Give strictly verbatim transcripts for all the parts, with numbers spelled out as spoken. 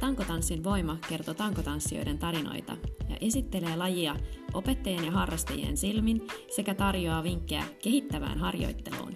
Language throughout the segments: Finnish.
Tankotanssin voima kertoo tankotanssijoiden tarinoita ja esittelee lajia opettajien ja harrastajien silmin sekä tarjoaa vinkkejä kehittävään harjoitteluun.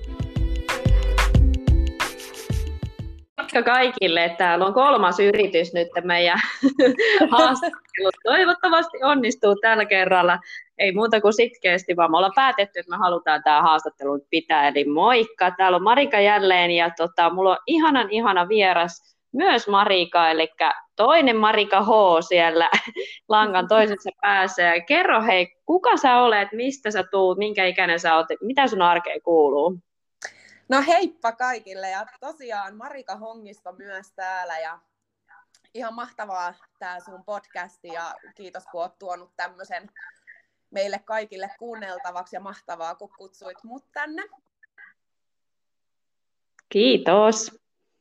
Moikka kaikille. Täällä on kolmas yritys nyt meidän haastattelu. Toivottavasti onnistuu tällä kerralla. Ei muuta kuin sitkeästi, vaan me ollaan päätetty, että me halutaan tämä haastattelu pitää. Eli moikka. Täällä on Marika jälleen ja tota, mulla on ihanan ihana vieras myös Marika, eli toinen Marika H siellä langan toisessa päässä. Ja kerro hei, kuka sä olet, mistä sä tuut, minkä ikäinen sä oot, mitä sun arkeen kuuluu? No heippa kaikille ja tosiaan Marika Hongisto myös täällä ja ihan mahtavaa tää sun podcasti ja kiitos kun oot tuonut tämmöisen meille kaikille kuunneltavaksi ja mahtavaa kun kutsuit mut tänne. Kiitos.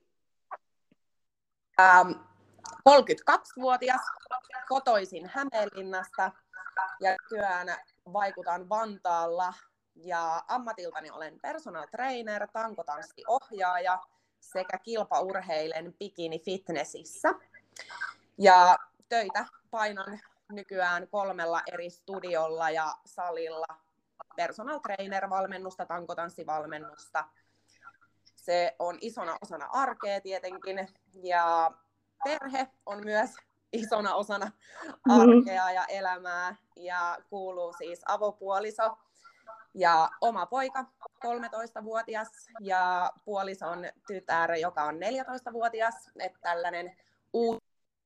Ähm, kolmekymmentäkaksivuotias, kotoisin Hämeenlinnasta ja nykyään vaikutan Vantaalla. Ja ammatiltani olen personal trainer, tankotanssiohjaaja sekä kilpaurheilen bikini fitnessissä. Ja töitä painan nykyään kolmella eri studiolla ja salilla. Personal trainer valmennusta, tankotanssivalmennusta. Se on isona osana arkea tietenkin ja perhe on myös isona osana arkea ja elämää ja kuuluu siis avopuoliso. Ja oma poika, kolmetoistavuotias, ja puolison tytär, joka on neljätoistavuotias, että tällainen uusi.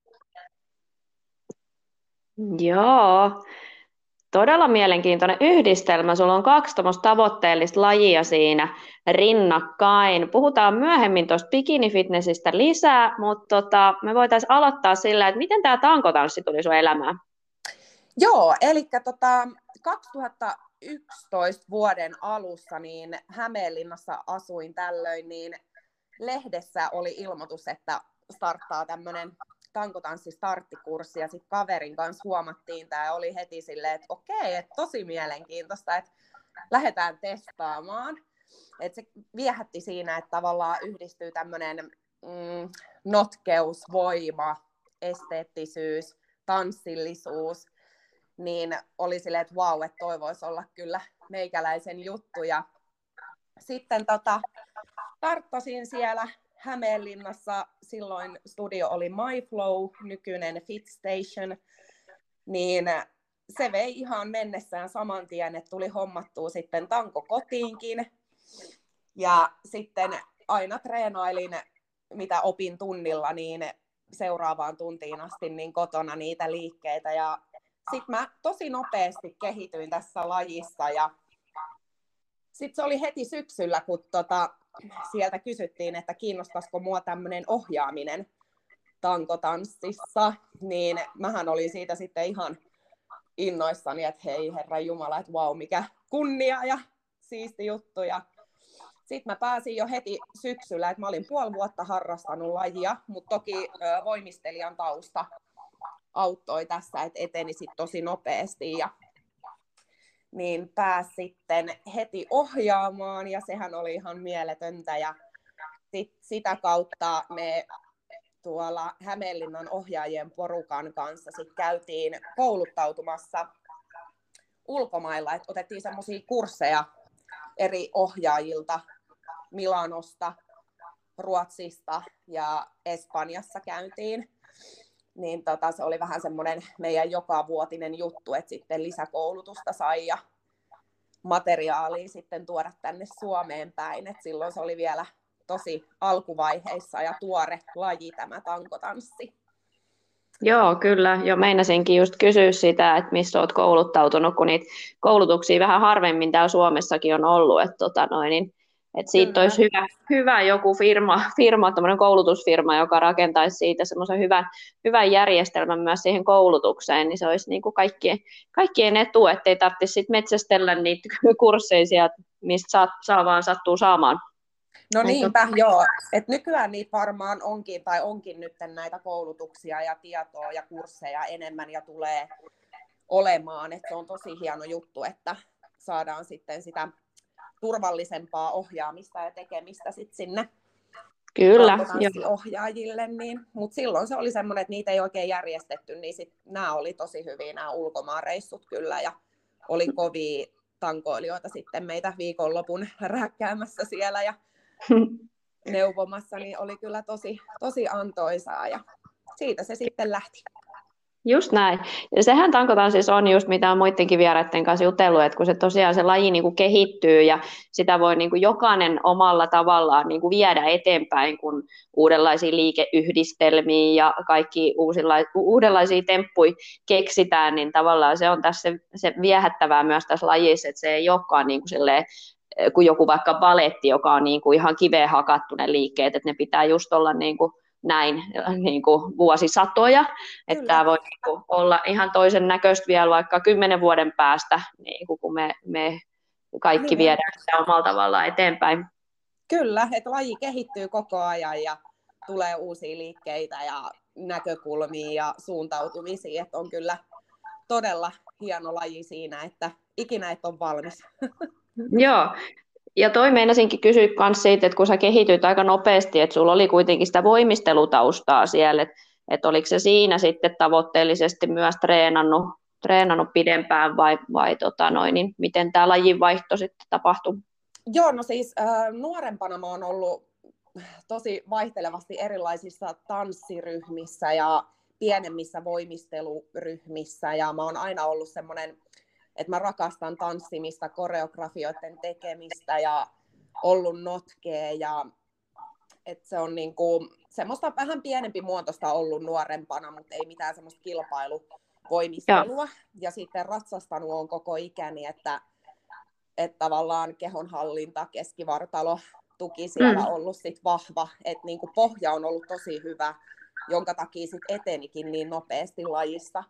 Joo, todella mielenkiintoinen yhdistelmä. Sulla on kaksi tavoitteellista lajia siinä rinnakkain. Puhutaan myöhemmin tuosta bikinifitnessistä lisää, mutta tota, me voitaisiin aloittaa sillä, että miten tämä tankotanssi tuli sun elämään? Joo, eli tota, kaksituhattayksitoista vuoden alussa niin Hämeenlinnassa asuin tällöin, niin lehdessä oli ilmoitus, että starttaa tämmöinen tankotanssistarttikurssi ja sitten kaverin kanssa huomattiin tämä ja oli heti silleen, että okei, että tosi mielenkiintoista, että lähdetään testaamaan. Että se viehätti siinä, että tavallaan yhdistyy tämmöinen mm, notkeus, voima, esteettisyys, tanssillisuus. Niin oli silleen, että vau, että toi voisi olla kyllä meikäläisen juttu. Ja sitten tota, starttasin siellä Hämeenlinnassa, silloin studio oli MyFlow, nykyinen FitStation, niin se vei ihan mennessään saman tien, että tuli hommattua sitten tanko kotiinkin. Ja sitten aina treenailin, mitä opin tunnilla, niin seuraavaan tuntiin asti niin kotona niitä liikkeitä ja sitten mä tosi nopeasti kehityin tässä lajissa ja sitten se oli heti syksyllä, kun tota, sieltä kysyttiin, että kiinnostaisiko mua tämmöinen ohjaaminen tankotanssissa, niin mähän olin siitä sitten ihan innoissani, että hei herra jumala, että vau, mikä kunnia ja siisti juttu. Ja sitten mä pääsin jo heti syksyllä, että mä olin puoli vuotta harrastanut lajia, mutta toki ö, voimistelijan tausta auttoi tässä, että eteni sit tosi nopeasti ja niin pääsi sitten heti ohjaamaan ja sehän oli ihan mieletöntä ja sit sitä kautta me tuolla Hämeenlinnan ohjaajien porukan kanssa sit käytiin kouluttautumassa ulkomailla, että otettiin semmoisia kursseja eri ohjaajilta Milanosta, Ruotsista ja Espanjassa käyntiin. Niin tota, se oli vähän semmoinen meidän jokavuotinen juttu, että sitten lisäkoulutusta sai ja materiaalia sitten tuoda tänne Suomeen päin. Et silloin se oli vielä tosi alkuvaiheissa ja tuore laji tämä tankotanssi. Joo, kyllä. Jo meinasinkin just kysyä sitä, että missä olet kouluttautunut, kun niitä koulutuksia vähän harvemmin täällä Suomessakin on ollut. Että tota noin, niin että siitä kyllä olisi hyvä, hyvä joku firma, firma tämmöinen koulutusfirma, joka rakentaisi siitä semmoisen hyvän, hyvän järjestelmän myös siihen koulutukseen, niin se olisi niin kuin kaikkien, kaikkien etu, ettei tarvitsisi sit metsästellä niitä kursseja sieltä, mistä saa, saa vaan sattuu saamaan. No niinpä, joo. Et nykyään niitä varmaan onkin, tai onkin nyt näitä koulutuksia ja tietoa ja kursseja enemmän ja tulee olemaan. Et se on tosi hieno juttu, että saadaan sitten sitä turvallisempaa ohjaamista ja tekemistä sit sinne. Kyllä, jo. tankotanssiohjaajille, niin, mutta silloin se oli semmoinen, että niitä ei oikein järjestetty, niin sit nämä oli tosi hyviä nämä ulkomaanreissut kyllä, ja oli kovia tankoilijoita sitten meitä viikonlopun räkkäämässä siellä ja neuvomassa, niin oli kyllä tosi, tosi antoisaa, ja siitä se sitten lähti. Just näin. Ja sehän tankotanssissa on just mitä on muidenkin vieraiden kanssa jutellut, että kun se tosiaan se laji niin kuin kehittyy ja sitä voi niin kuin jokainen omalla tavallaan niin kuin viedä eteenpäin, kun uudenlaisia liikeyhdistelmiä ja kaikki uudenlaisia temppuja keksitään, niin tavallaan se on tässä se viehättävää myös tässä lajissa, että se ei olekaan niin kuin silleen, kuin joku vaikka baletti, joka on niin kuin ihan kiveen hakattu ne liikkeet, että ne pitää just olla niin kuin näin niin kuin vuosisatoja, että tämä voi niin kuin olla ihan toisen näköistä vielä vaikka kymmenen vuoden päästä, niin kuin kun me, me kaikki niin viedään sitä omalla tavallaan eteenpäin. Kyllä, että laji kehittyy koko ajan ja tulee uusia liikkeitä ja näkökulmia ja suuntautumisia, että on kyllä todella hieno laji siinä, että ikinä et ole valmis. Joo. Ja toi meinasinkin kysyä myös siitä, että kun sä kehityt aika nopeasti, että sulla oli kuitenkin sitä voimistelutaustaa siellä, että, että oliko se siinä sitten tavoitteellisesti myös treenannut, treenannut pidempään vai, vai tota noin, niin miten tämä lajinvaihto sitten tapahtui? Joo, no siis äh, nuorempana mä oon ollut tosi vaihtelevasti erilaisissa tanssiryhmissä ja pienemmissä voimisteluryhmissä ja mä oon aina ollut semmoinen, että mä rakastan tanssimista, koreografioiden tekemistä ja ollut notkea ja että se on niinku semmoista vähän pienempi muotoista ollut nuorempana, mutta ei mitään semmoista kilpailuvoimistelua. Ja, ja sitten ratsastanut on koko ikäni, että, että tavallaan kehonhallinta, keskivartalo, tuki siellä mm. ollut sit vahva, että niinku pohja on ollut tosi hyvä, jonka takia sit etenikin niin nopeasti lajissa.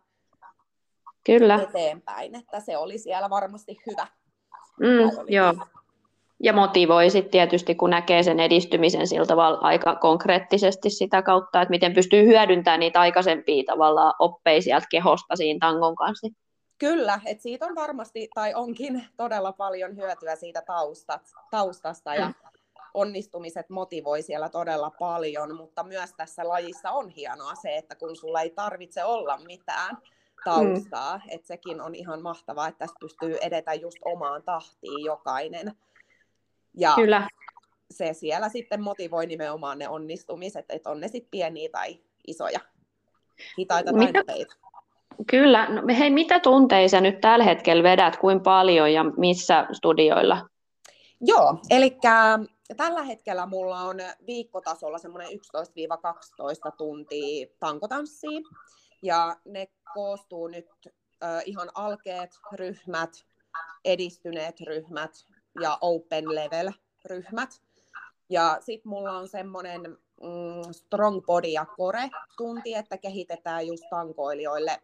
Kyllä. Eteenpäin, että se oli siellä varmasti hyvä. Mm, joo. Ja motivoi sitten tietysti, kun näkee sen edistymisen sillä tavalla aika konkreettisesti sitä kautta, että miten pystyy hyödyntämään niitä aikaisempia tavallaan oppeja sieltä kehosta siinä tangon kanssa. Kyllä, että siitä on varmasti, tai onkin todella paljon hyötyä siitä taustat, taustasta, ja mm. onnistumiset motivoi siellä todella paljon, mutta myös tässä lajissa on hienoa se, että kun sulla ei tarvitse olla mitään taustaa, mm. että sekin on ihan mahtavaa, että tässä pystyy edetä just omaan tahtiin jokainen. Ja Kyllä. se siellä sitten motivoi nimenomaan ne onnistumiset, että on ne sitten pieniä tai isoja, hitaita tai mitä, nopeita. Kyllä. No, hei, mitä tunteja sä nyt tällä hetkellä vedät, kuinka paljon ja missä studioilla? Joo, eli tällä hetkellä mulla on viikkotasolla semmoinen yksitoista kaksitoista tuntia tankotanssia. Ja ne koostuu nyt äh, ihan alkeet ryhmät, edistyneet ryhmät ja open level ryhmät. Ja sitten mulla on semmoinen mm, strong body ja core tunti, että kehitetään just tankoilijoille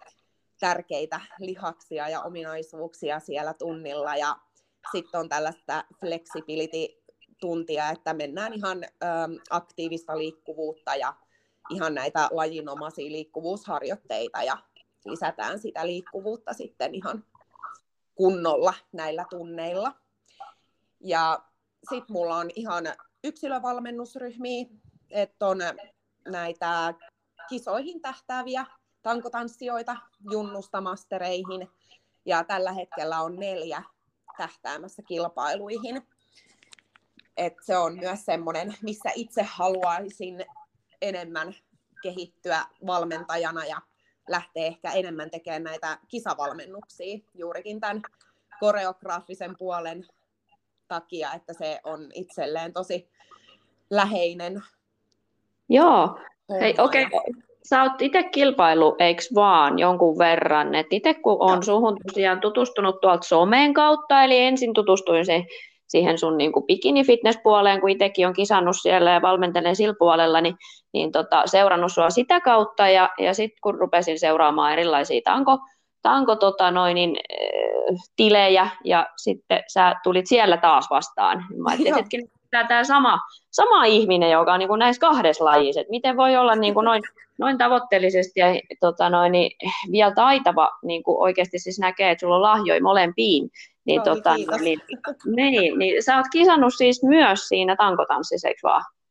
tärkeitä lihaksia ja ominaisuuksia siellä tunnilla. Ja sitten on tällaista flexibility tuntia, että mennään ihan ähm, aktiivista liikkuvuutta ja ihan näitä lajinomaisia liikkuvuusharjoitteita ja lisätään sitä liikkuvuutta sitten ihan kunnolla näillä tunneilla. Ja sitten mulla on ihan yksilövalmennusryhmiä, että on näitä kisoihin tähtääviä tankotanssijoita junnusta mastereihin ja tällä hetkellä on neljä tähtäämässä kilpailuihin. Et se on myös semmoinen, missä itse haluaisin enemmän kehittyä valmentajana ja lähteä ehkä enemmän tekemään näitä kisavalmennuksia juurikin tämän koreograafisen puolen takia, että se on itselleen tosi läheinen. Joo, hei okei. Okay. Sä oot itse kilpailu, eiks vaan, jonkun verran. Et itse kun on suhun tosiaan tutustunut tuolta somen kautta, eli ensin tutustuin se siihen sun niin kuin bikini-fitness-puoleen, kun itsekin on kisannut siellä ja valmentelen sillä puolella, niin, niin tota, seurannut sua sitä kautta, ja, ja sitten kun rupesin seuraamaan erilaisia tanko, tanko tota noin, niin, äh, tilejä, ja sitten sä tulit siellä taas vastaan. Mä ajattelin, että tämä sama, sama ihminen, joka on niin kuin näissä kahdessa lajissa, että miten voi olla niin kuin noin, noin tavoitteellisesti ja tota noin, niin vielä taitava, niin kuin oikeasti siis näkee, että sulla on lahjoja molempiin. Niin, Oi, tota, niin, niin, niin, sä oot kisannut siis myös siinä tankotanssissa, eikö vaan?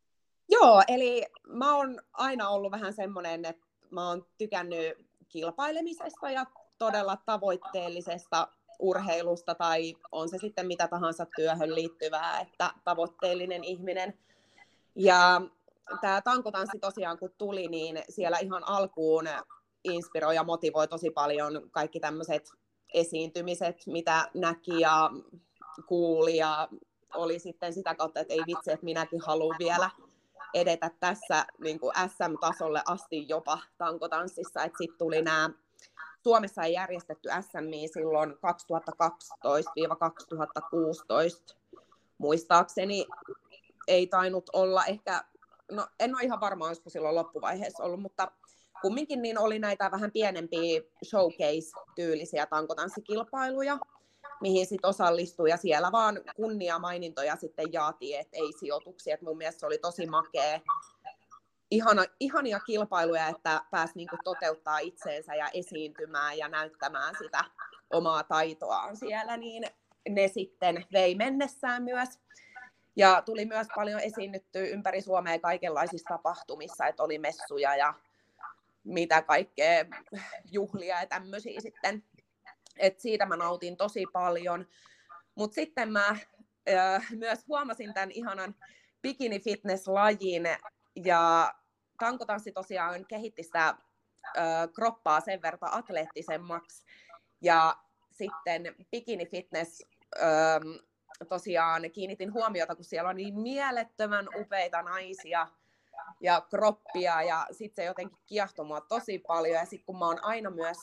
Joo, eli mä oon aina ollut vähän semmoinen, että mä oon tykännyt kilpailemisesta ja todella tavoitteellisesta urheilusta, tai on se sitten mitä tahansa työhön liittyvää, että tavoitteellinen ihminen. Ja tämä tankotanssi tosiaan kun tuli, niin siellä ihan alkuun inspiroi ja motivoi tosi paljon kaikki tämmöiset esiintymiset, mitä näki ja kuuli, ja oli sitten sitä kautta, että ei vitsi, että minäkin haluan vielä edetä tässä niin kuin äs äm-tasolle asti jopa tankotanssissa. Sitten tuli nämä, Suomessa ei järjestetty äs äm i silloin kaksituhattakaksitoista kaksituhattakuusitoista, muistaakseni ei tainnut olla ehkä, no en ole ihan varma, olisiko silloin loppuvaiheessa ollut, mutta kumminkin niin oli näitä vähän pienempiä showcase-tyylisiä tankotanssikilpailuja, mihin sitten osallistui, ja siellä vaan kunniamainintoja sitten jaatiin, että ei sijoituksia. Et mun mielestä se oli tosi makea. Ihana, ihania kilpailuja, että pääsi niinku toteuttaa itseensä ja esiintymään ja näyttämään sitä omaa taitoaan siellä, niin ne sitten vei mennessään myös. Ja tuli myös paljon esiinnyttyä ympäri Suomea kaikenlaisissa tapahtumissa, että oli messuja ja mitä kaikkea juhlia ja tämmöisiä sitten. Et siitä mä nautin tosi paljon. Mutta sitten mä äh, myös huomasin tämän ihanan bikini-fitness-lajin, ja tankotanssi tosiaan kehitti sitä äh, kroppaa sen verran atleettisemmaksi. Ja sitten bikini-fitness äh, tosiaan kiinnitin huomiota, kun siellä on niin mielettömän upeita naisia ja kroppia, ja sitten se jotenkin kiehtoi mua tosi paljon. Ja sitten kun mä oon aina myös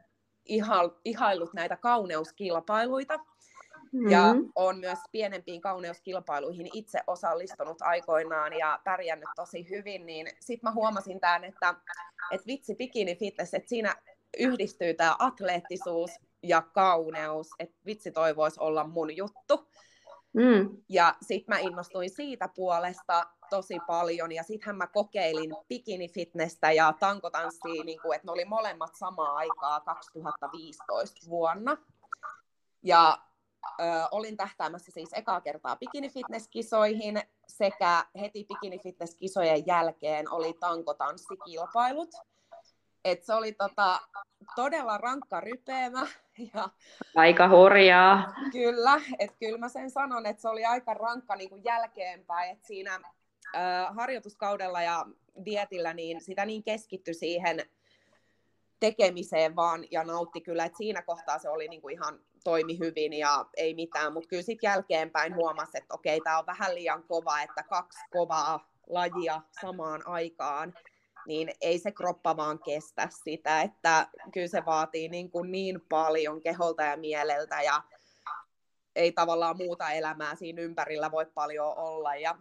ihaillut näitä kauneuskilpailuita, mm-hmm. ja on myös pienempiin kauneuskilpailuihin itse osallistunut aikoinaan ja pärjännyt tosi hyvin, niin sitten mä huomasin tämän, että, että vitsi, bikini fitness, että siinä yhdistyy tämä atleettisuus ja kauneus, että vitsi, toi voisi olla mun juttu. Mm. Ja sitten mä innostuin siitä puolesta tosi paljon, ja sittenhän mä kokeilin bikini-fitnessä ja tankotanssia, niin kuin, että ne oli molemmat samaa aikaa kaksituhattaviisitoista vuonna. Ja ö, olin tähtäämässä siis ekaa kertaa bikini-fitness-kisoihin, sekä heti bikini-fitness-kisojen jälkeen oli tankotanssikilpailut. Et se oli tota, todella rankka rypeämä. Ja aika hurjaa. Kyllä, että kyllä mä sen sanon, että se oli aika rankka niin kuin jälkeenpäin, että siinä äh, harjoituskaudella ja dietillä niin sitä niin keskittyi siihen tekemiseen vaan ja nautti kyllä, että siinä kohtaa se oli niin kuin ihan toimi hyvin ja ei mitään, mutta kyllä sitten jälkeenpäin huomasi, että okei, tämä on vähän liian kova, että kaksi kovaa lajia samaan aikaan, niin ei se kroppa vaan kestä sitä, että kyllä se vaatii niin, kuin niin paljon keholta ja mieleltä, ja ei tavallaan muuta elämää siinä ympärillä voi paljon olla, ja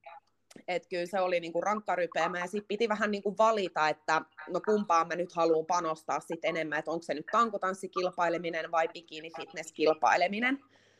et kyllä se oli niin kuin rankka rypeämä, ja sitten piti vähän niin kuin valita, että no kumpaan mä nyt haluan panostaa sit enemmän, että onko se nyt tankotanssikilpaileminen vai bikini-fitness-kilpaileminen.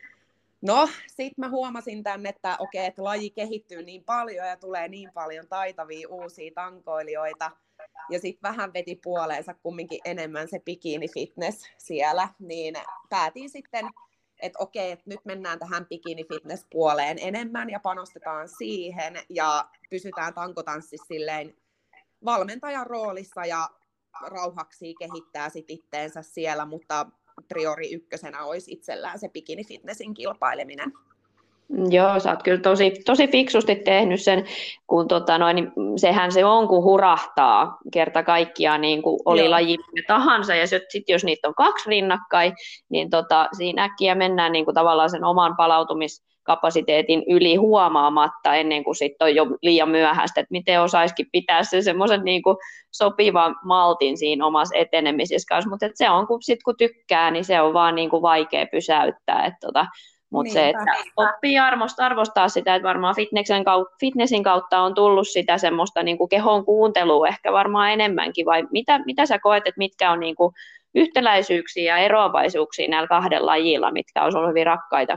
No, sitten mä huomasin tänne, että okei, että laji kehittyy niin paljon ja tulee niin paljon taitavia uusia tankoilijoita. Ja sitten vähän veti puoleensa kumminkin enemmän se bikini-fitness siellä. Niin päätin sitten, että okei, että nyt mennään tähän bikini-fitness-puoleen enemmän ja panostetaan siihen. Ja pysytään tankotanssissa silleen valmentajan roolissa ja rauhaksi kehittää sit itteensä siellä, mutta priori ykkösenä olisi itsellään se bikini-fitnessin kilpaileminen. Joo, sä oot kyllä tosi, tosi fiksusti tehnyt sen, kun tota noin, sehän se on, kun hurahtaa kerta kaikkiaan, niin kuin oli laji tahansa, ja sitten sit, jos niitä on kaksi rinnakkain, niin tota, siinä äkkiä mennään niin kuin tavallaan sen oman palautumiskapasiteetin yli huomaamatta, ennen kuin sitten on jo liian myöhäistä, että miten osaisikin pitää sen semmoisen niin kuin sopivan maltin siinä omassa etenemisessä kanssa, mutta se on, kun, sit, kun tykkää, niin se on vaan niin kuin vaikea pysäyttää, että tota, mutta se, että oppii arvostaa, arvostaa sitä, että varmaan fitnessin kautta, fitnessin kautta on tullut sitä semmoista niin kuin kehon kuuntelua ehkä varmaan enemmänkin, vai mitä, mitä sä koet, että mitkä on niin kuin yhtäläisyyksiä ja eroavaisuuksia näillä kahdella lajilla, mitkä on ollut hyvin rakkaita?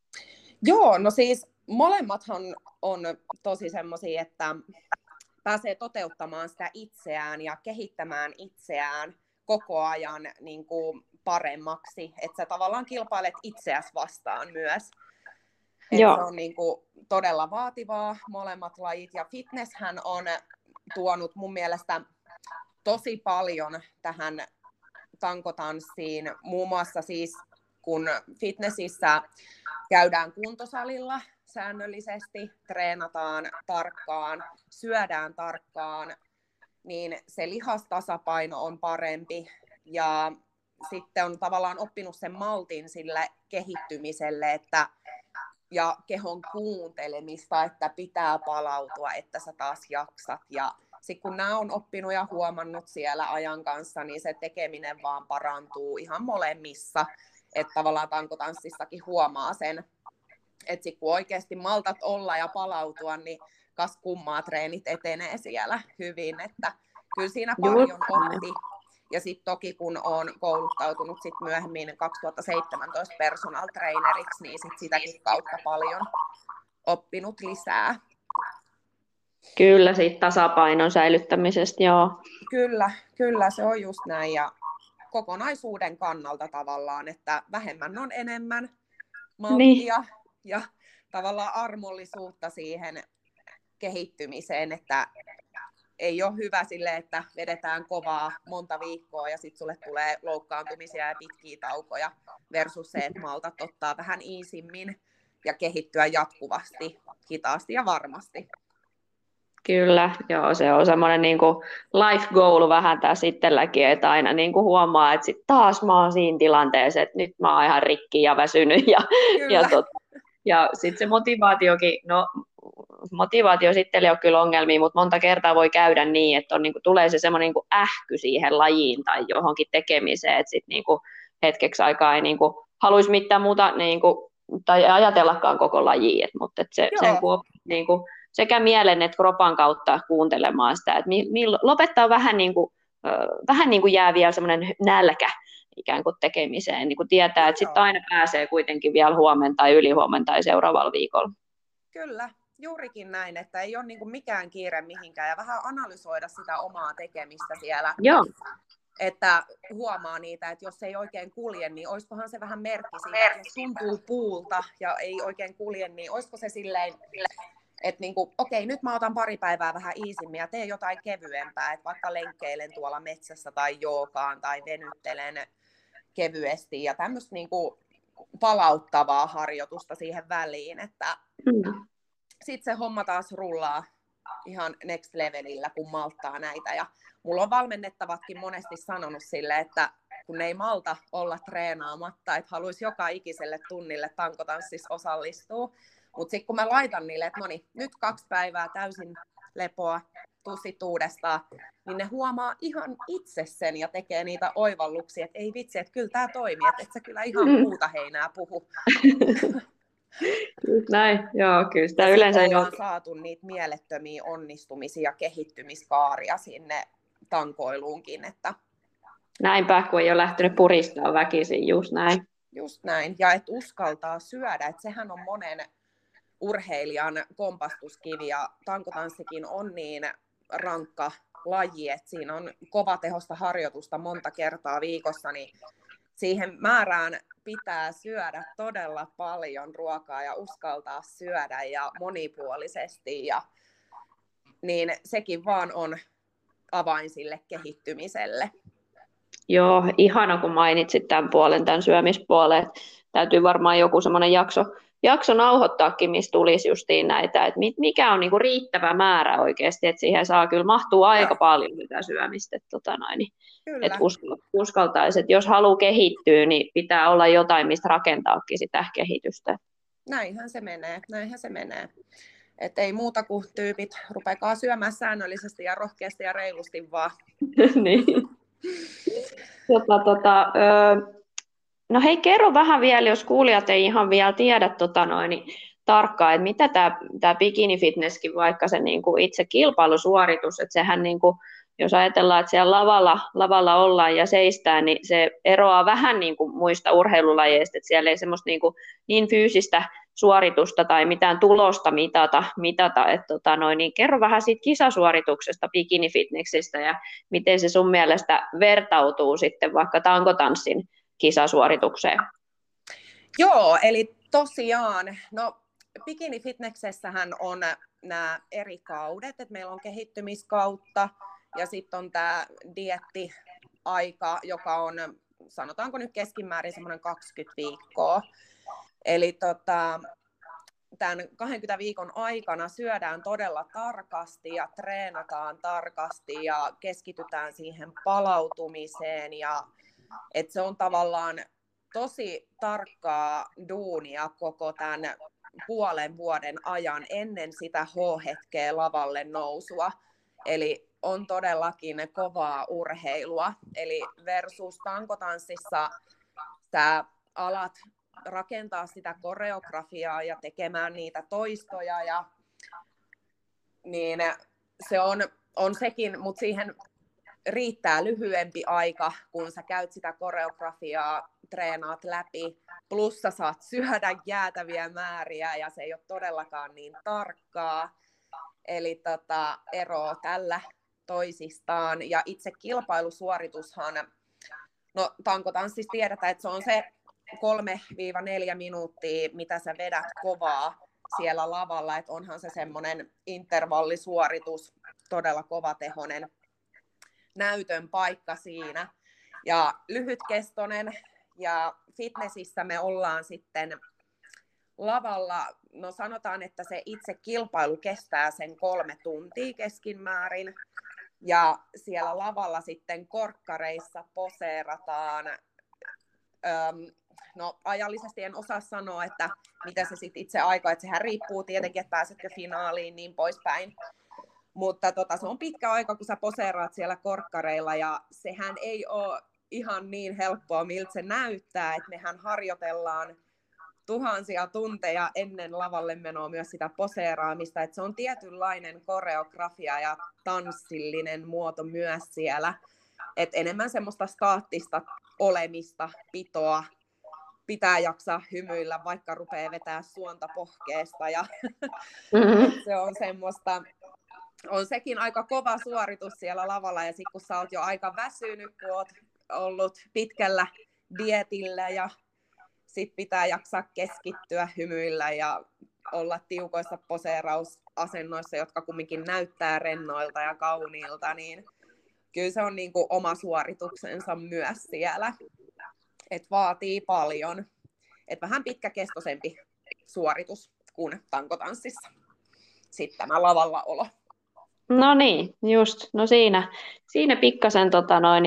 Joo, no siis molemmathan on tosi semmoisia, että pääsee toteuttamaan sitä itseään ja kehittämään itseään koko ajan niin kuin paremmaksi, että sä tavallaan kilpailet itseäsi vastaan myös. että se on niin kuin todella vaativaa molemmat lajit, ja fitnesshän on tuonut mun mielestä tosi paljon tähän tankotanssiin, muun muassa siis kun fitnessissä käydään kuntosalilla säännöllisesti, treenataan tarkkaan, syödään tarkkaan, niin se lihastasapaino on parempi ja sitten on tavallaan oppinut sen maltin sille kehittymiselle että, ja kehon kuuntelemista, että pitää palautua, että sä taas jaksat. Ja sitten kun nämä on oppinut ja huomannut siellä ajan kanssa, niin se tekeminen vaan parantuu ihan molemmissa. Että tavallaan tankotanssissakin huomaa sen, että sit kun oikeasti maltat olla ja palautua, niin kas kummaa treenit etenee siellä hyvin. Että kyllä siinä paljon oppi. Ja sitten toki kun olen kouluttautunut sit myöhemmin kaksituhattaseitsemäntoista personal traineriksi, niin sit sitäkin kautta paljon oppinut lisää. Kyllä, siitä tasapainon säilyttämisestä, joo. Kyllä, kyllä se on just näin. Ja kokonaisuuden kannalta tavallaan, että vähemmän on enemmän malttia niin. Ja tavallaan armollisuutta siihen kehittymiseen, että ei ole hyvä sille, että vedetään kovaa monta viikkoa ja sitten sulle tulee loukkaantumisia ja pitkiä taukoja versus se, että maltat ottaa vähän iisimmin ja kehittyä jatkuvasti, hitaasti ja varmasti. Kyllä, joo, se on semmoinen niin kuin life goal vähän tässä itselläkin, että aina niin kuin huomaa, että sit taas mä oon siinä tilanteessa, että nyt mä oon ihan rikki ja väsynyt ja, ja, tot, ja sitten se motivaatiokin, no motivaatio sitten ei ole kyllä ongelmia, mutta monta kertaa voi käydä niin, että on, niin kuin, tulee se semmoinen niin kuin ähky siihen lajiin tai johonkin tekemiseen, että sitten niin kuin hetkeksi aikaa ei niin kuin haluaisi mitään muuta niin kuin, tai ajatellakaan koko lajia, mutta se, sen kun niin kuin, sekä mielen että kropan kautta kuuntelemaan sitä, että mi, mi, lopettaa vähän niin kuin, vähän niin kuin jää vielä semmoinen nälkä ikään kuin tekemiseen, niin kuin tietää, että sitten aina pääsee kuitenkin vielä huomenna tai ylihuomenna tai seuraavalla viikolla. Kyllä, juurikin näin, että ei ole niin kuin mikään kiire mihinkään ja vähän analysoida sitä omaa tekemistä siellä. Joo. Että huomaa niitä, että jos ei oikein kulje, niin olisikohan se vähän merkki siitä, että jos tuntuu puulta ja ei oikein kulje, niin olisiko se silleen, että niinku, okei, nyt mä otan pari päivää vähän iisimmin ja teen jotain kevyempää, että vaikka lenkkeilen tuolla metsässä tai joogaan tai venyttelen kevyesti ja tämmöistä niinku palauttavaa harjoitusta siihen väliin, että mm. sitten se homma taas rullaa ihan next levelillä, kun malttaa näitä. Ja mulla on valmennettavatkin monesti sanonut sille, että kun ne ei malta olla treenaamatta, että haluaisi joka ikiselle tunnille tankotanssissa osallistua. Mutta sitten kun mä laitan niille, että no niin, nyt kaksi päivää täysin lepoa, tuu sit uudestaan, niin ne huomaa ihan itse sen ja tekee niitä oivalluksia, että ei vitsi, että kyllä tämä toimii, että et sä kyllä ihan muuta heinää puhu. Näin, joo, kyllä sitä yleensä ollaan saatu niitä mielettömiä onnistumisia ja kehittymiskaaria sinne tankoiluunkin. Että näinpä, kun ei ole lähtenyt puristaa väkisin, just näin. Just näin, ja että uskaltaa syödä, että sehän on monen urheilijan kompastuskivi, ja tankotanssikin on niin rankka laji, että siinä on kovatehosta harjoitusta monta kertaa viikossa, niin siihen määrään pitää syödä todella paljon ruokaa ja uskaltaa syödä ja monipuolisesti, ja niin sekin vaan on avain sille kehittymiselle. Joo, ihana kun mainitsit tämän puolen, tämän syömispuolen. Täytyy varmaan joku semmoinen jakso, jakso nauhoittaakin, missä tulisi justiin näitä, että mikä on niinku riittävä määrä oikeasti, että siihen saa kyllä mahtuu aika paljon sitä syömistä. Että tota noin, niin, että uskaltaisi, että jos haluaa kehittyä, niin pitää olla jotain, mistä rakentaakin sitä kehitystä. Näinhän se menee, näinhän se menee. Että ei muuta kuin tyypit, rupeakaa syömään säännöllisesti ja rohkeasti ja reilusti vaan. Niin. Tota, tota, öö, no hei, kerro vähän vielä, jos kuulijat ei ihan vielä tiedä tota noin, niin tarkkaan, että mitä tämä bikini fitnesskin, vaikka se niinku itse kilpailusuoritus, että sehän niinku, jos ajatellaan, että siellä lavalla, lavalla ollaan ja seistään, niin se eroaa vähän niinku muista urheilulajeista, että siellä ei semmoista niinku niin fyysistä suoritusta tai mitään tulosta mitata, mitata. että tota noin, niin kerro vähän siitä kisasuorituksesta bikini-fitnessistä ja miten se sun mielestä vertautuu sitten vaikka tankotanssin kisasuoritukseen. Joo, eli tosiaan, no bikini-fitnessessähän on nämä eri kaudet, että meillä on kehittymiskautta ja sitten on tämä dieettiaika, joka on, sanotaanko nyt keskimäärin semmoinen kaksikymmentä viikkoa. Eli tota, tämän kaksikymmentä viikon aikana syödään todella tarkasti ja treenataan tarkasti ja keskitytään siihen palautumiseen. Ja, että se on tavallaan tosi tarkkaa duunia koko tämän puolen vuoden ajan ennen sitä H-hetkeä lavalle nousua. Eli on todellakin kovaa urheilua. Eli versus tankotanssissa sä alat rakentaa sitä koreografiaa ja tekemään niitä toistoja. Ja, niin se on, on sekin, mutta siihen riittää lyhyempi aika, kun sä käyt sitä koreografiaa, treenaat läpi, plus sä saat syödä jäätäviä määriä ja se ei ole todellakaan niin tarkkaa. Eli tota, ero tällä toisistaan. Ja itse kilpailusuoritushan, no tankotanssissa tiedetään, että se on se kolme neljä minuuttia, mitä sä vedät kovaa siellä lavalla, että onhan se semmoinen intervallisuoritus, todella kovatehoinen näytön paikka siinä. Ja lyhytkestoinen, ja fitnessissä me ollaan sitten lavalla, no sanotaan, että se itse kilpailu kestää sen kolme tuntia keskimäärin, ja siellä lavalla sitten korkkareissa poseerataan. Öm, no ajallisesti en osaa sanoa, että mitä se sitten itse aika, että sehän riippuu tietenkin, että pääsetkö finaaliin, niin poispäin. Mutta tota, se on pitkä aika, kun sä poseeraat siellä korkkareilla, ja sehän ei ole ihan niin helppoa, miltä se näyttää, että mehän harjoitellaan tuhansia tunteja ennen lavalle menoa myös sitä poseeraamista, että se on tietynlainen koreografia ja tanssillinen muoto myös siellä, että enemmän semmoista staattista olemista, pitoa, pitää jaksaa hymyillä, vaikka rupeaa vetää suonta pohkeesta, ja mm-hmm. se on semmoista, on sekin aika kova suoritus siellä lavalla, ja sitten kun sä oot jo aika väsynyt, kun oot ollut pitkällä dietillä, ja sit pitää jaksaa keskittyä hymyillä ja olla tiukoissa poseerausasennoissa, jotka kumminkin näyttää rennoilta ja kauniilta, niin kyllä se on niin kuin oma suorituksensa myös siellä. Et vaatii paljon. Et vähän pitkäkestoisempi suoritus kuin tankotanssissa. Sitten tämä lavalla olo. No niin, just. No siinä, siinä pikkasen tota noin,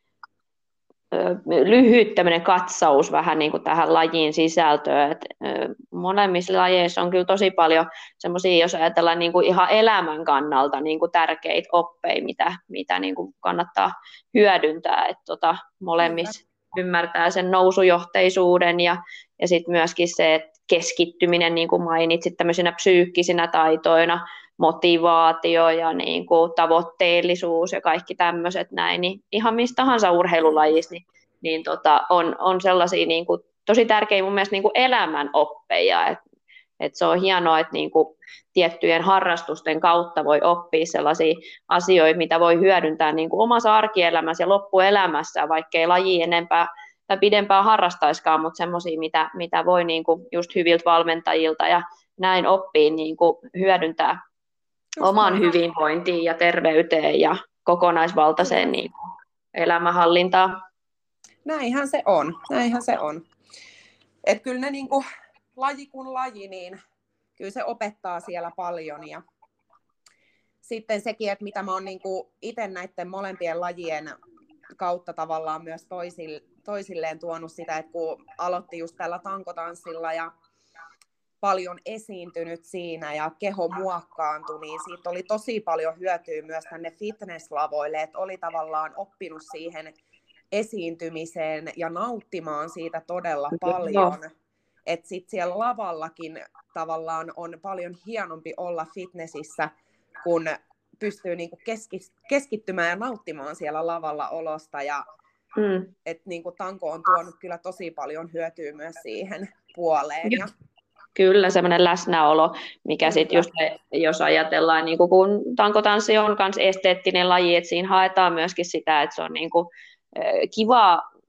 lyhyt tämmöinen katsaus vähän niin kuin tähän lajin sisältöön. Et, molemmissa lajeissa on kyllä tosi paljon semmoisia, jos ajatellaan niin kuin ihan elämän kannalta niin kuin tärkeitä oppeja, mitä, mitä niin kuin kannattaa hyödyntää. Et, tota, molemmissa ymmärtää sen nousujohteisuuden ja, ja sitten myöskin se, että keskittyminen, niin kuin mainitsit, tämmöisinä psyykkisinä taitoina, motivaatio ja niin kuin tavoitteellisuus ja kaikki tämmöiset näin, niin ihan mistä tahansa urheilulajissa niin, niin tota, on, on sellaisia niin kuin, tosi tärkeitä mun mielestä niin kuin elämän oppeja, että et se on hienoa, että niin kuin tiettyjen harrastusten kautta voi oppia sellaisia asioita, mitä voi hyödyntää niin kuin omassa arkielämässä ja loppuelämässä, vaikkei laji enempää tai pidempään harrastaiskaan, mutta semmoisia, mitä, mitä voi niin kuin just hyviltä valmentajilta ja näin oppii niin kuin hyödyntää omaan hyvinvointiin ja terveyteen ja kokonaisvaltaiseen niin kuin elämänhallintaan. Näinhän se on, näinhän se on. Et kyllä ne niin kuin laji kuin laji, niin kyllä se opettaa siellä paljon. Ja sitten sekin, että mitä mä oon niin kuin itse näiden molempien lajien kautta tavallaan myös toisille, toisilleen tuonut sitä, että kun aloitti just tällä tankotanssilla ja paljon esiintynyt siinä ja keho muokkaantui, niin siitä oli tosi paljon hyötyä myös tänne fitnesslavoille, että oli tavallaan oppinut siihen esiintymiseen ja nauttimaan siitä todella paljon. Että sitten siellä lavallakin tavallaan on paljon hienompi olla fitnessissä, kun pystyy niinku keskittymään ja nauttimaan siellä lavalla olosta. Ja mm. että niinku tanko on tuonut kyllä tosi paljon hyötyä myös siihen puoleen. Ja kyllä, semmoinen läsnäolo, mikä sitten just, jos ajatellaan, niin kun tankotanssi on myös esteettinen laji, että siinä haetaan myöskin sitä, että se on niin kuin kivaa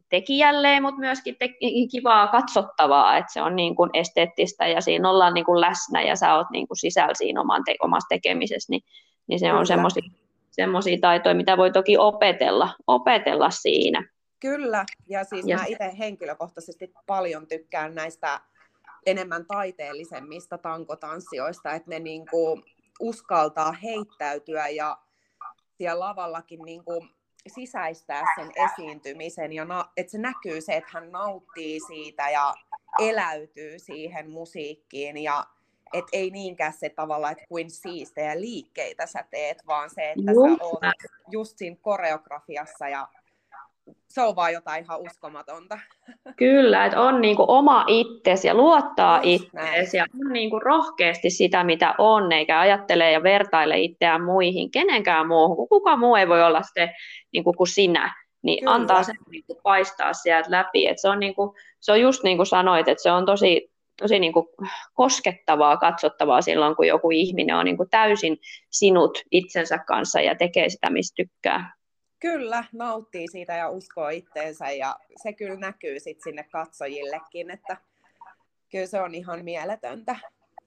tekijälleen, mutta myöskin te- kivaa katsottavaa, että se on niin kuin esteettistä ja siinä ollaan niin kuin läsnä ja sä oot niin kuin sisällä siinä oman te- omassa tekemisessä, niin, niin se Kyllä. on semmoisia taitoja, mitä voi toki opetella, opetella siinä. Kyllä, ja siis Ja mä itse henkilökohtaisesti paljon tykkään näistä enemmän taiteellisemmista tankotanssijoista, että ne niinku uskaltaa heittäytyä ja siellä lavallakin niinku sisäistää sen esiintymisen, ja na- että se näkyy se, että hän nauttii siitä ja eläytyy siihen musiikkiin, ja et ei niinkään se tavalla, että kuin siistejä liikkeitä sä teet, vaan se, että Juh. sä oot just siinä koreografiassa ja se on vaan jotain ihan uskomatonta. Kyllä, että on niinku oma itsesi ja luottaa Just itseesi ja on niinku rohkeasti sitä, mitä on, eikä ajattele ja vertaile itseään muihin, kenenkään muuhun, kun kuka muu ei voi olla se niinku kuin sinä, niin Kyllä. antaa sen niinku paistaa sieltä läpi. Et se, on niinku, se on just niin kuin sanoit, että se on tosi, tosi niinku koskettavaa, katsottavaa silloin, kun joku ihminen on niinku täysin sinut itsensä kanssa ja tekee sitä, mistä tykkää. Kyllä, nauttii siitä ja uskoo itteensä ja se kyllä näkyy sit sinne katsojillekin, että kyllä se on ihan mieletöntä.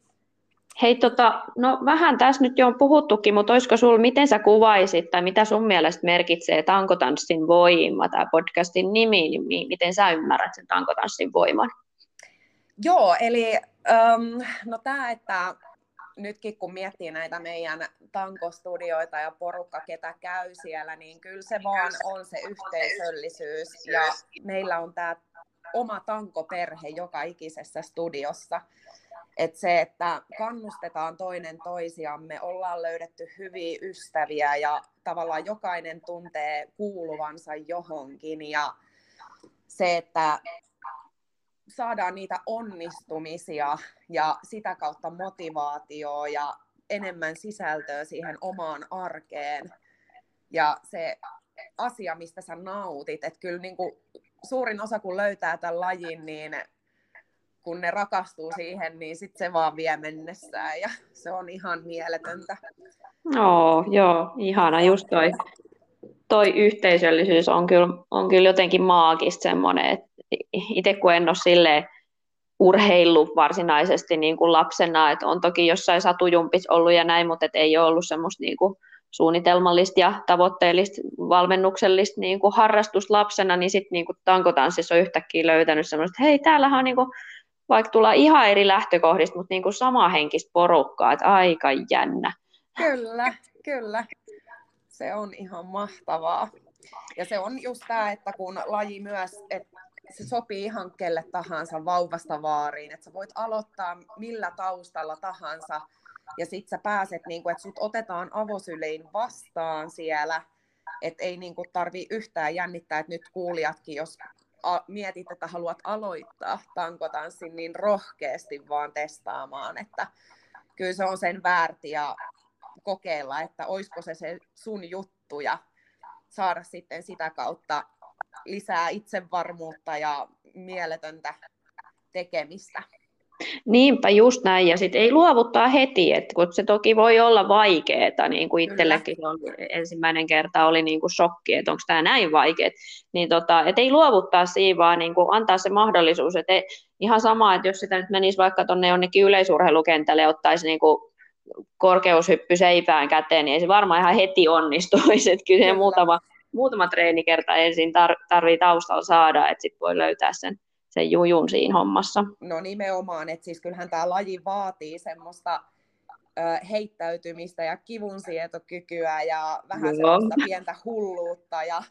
Hei, tota, no vähän tässä nyt jo on puhuttukin, mutta olisiko sulla, miten sä kuvaisit tai mitä sun mielestä merkitsee tankotanssin voima, tämä podcastin nimi, niin miten sä ymmärrät sen tankotanssin voiman? Joo, eli um, no tämä, että nytkin kun miettii näitä meidän tankostudioita ja porukka, ketä käy siellä, niin kyllä se vaan on se yhteisöllisyys ja meillä on tämä oma tankoperhe joka ikisessä studiossa. Et se, että kannustetaan toinen toisiamme, ollaan löydetty hyviä ystäviä ja tavallaan jokainen tuntee kuuluvansa johonkin ja se, että saadaan niitä onnistumisia ja sitä kautta motivaatioa ja enemmän sisältöä siihen omaan arkeen. Ja se asia, mistä sä nautit, että kyllä niin kuin suurin osa kun löytää tämän lajin, niin kun ne rakastuu siihen, niin sitten se vaan vie mennessään ja se on ihan mieletöntä. Oo, joo, ihana. Just toi, toi yhteisöllisyys on kyllä, on kyllä jotenkin maagista semmoinen, että itse kun en ole silleen urheillut varsinaisesti niin kuin lapsena, että on toki jossain satujumpissa ollut ja näin, mutta et ei ole ollut semmoista niin kuin suunnitelmallista ja tavoitteellista valmennuksellista niin kuin harrastusta lapsena, niin sitten niin kuin tankotanssissa on yhtäkkiä löytänyt semmoista, että hei, täällähän on niin kuin, vaikka tullaan ihan eri lähtökohdista, mutta niin kuin samanhenkistä porukkaa, että aika jännä. Kyllä, kyllä. Se on ihan mahtavaa. Ja se on just tämä, että kun laji myös, että se sopii ihan kelle tahansa vauvasta vaariin, että sä voit aloittaa millä taustalla tahansa ja sit sä pääset, niin kun, että sut otetaan avosylein vastaan siellä, että ei niin kun tarvii yhtään jännittää, että nyt kuulijatkin, jos mietit, että haluat aloittaa tankotanssin, niin rohkeasti vaan testaamaan, että kyllä se on sen väärti ja kokeilla, että olisiko se se sun juttu ja saada sitten sitä kautta lisää itsevarmuutta ja mieletöntä tekemistä. Niinpä just näin, ja sitten ei luovuttaa heti, että kun se toki voi olla vaikeaa, niin kuin itsellekin ensimmäinen kerta oli niin kuin shokki, että onko tämä näin vaikeaa, niin tota, et ei luovuttaa siinä, vaan niin kuin antaa se mahdollisuus, että ei, ihan sama, että jos sitä nyt menisi vaikka tuonne jonnekin yleisurheilukentälle ja ottaisi niin kuin korkeushyppy seipään käteen, niin ei se varmaan ihan heti onnistuisi, että kyllä, kyllä. muutama, muutama treenikerta ensin tar- tarvii taustalla saada, että sitten voi löytää sen sen jujun siinä hommassa. No nimenomaan, että siis kyllähän tämä laji vaatii semmoista ö, heittäytymistä ja kivunsietokykyä ja vähän Joo. semmoista pientä hulluutta ja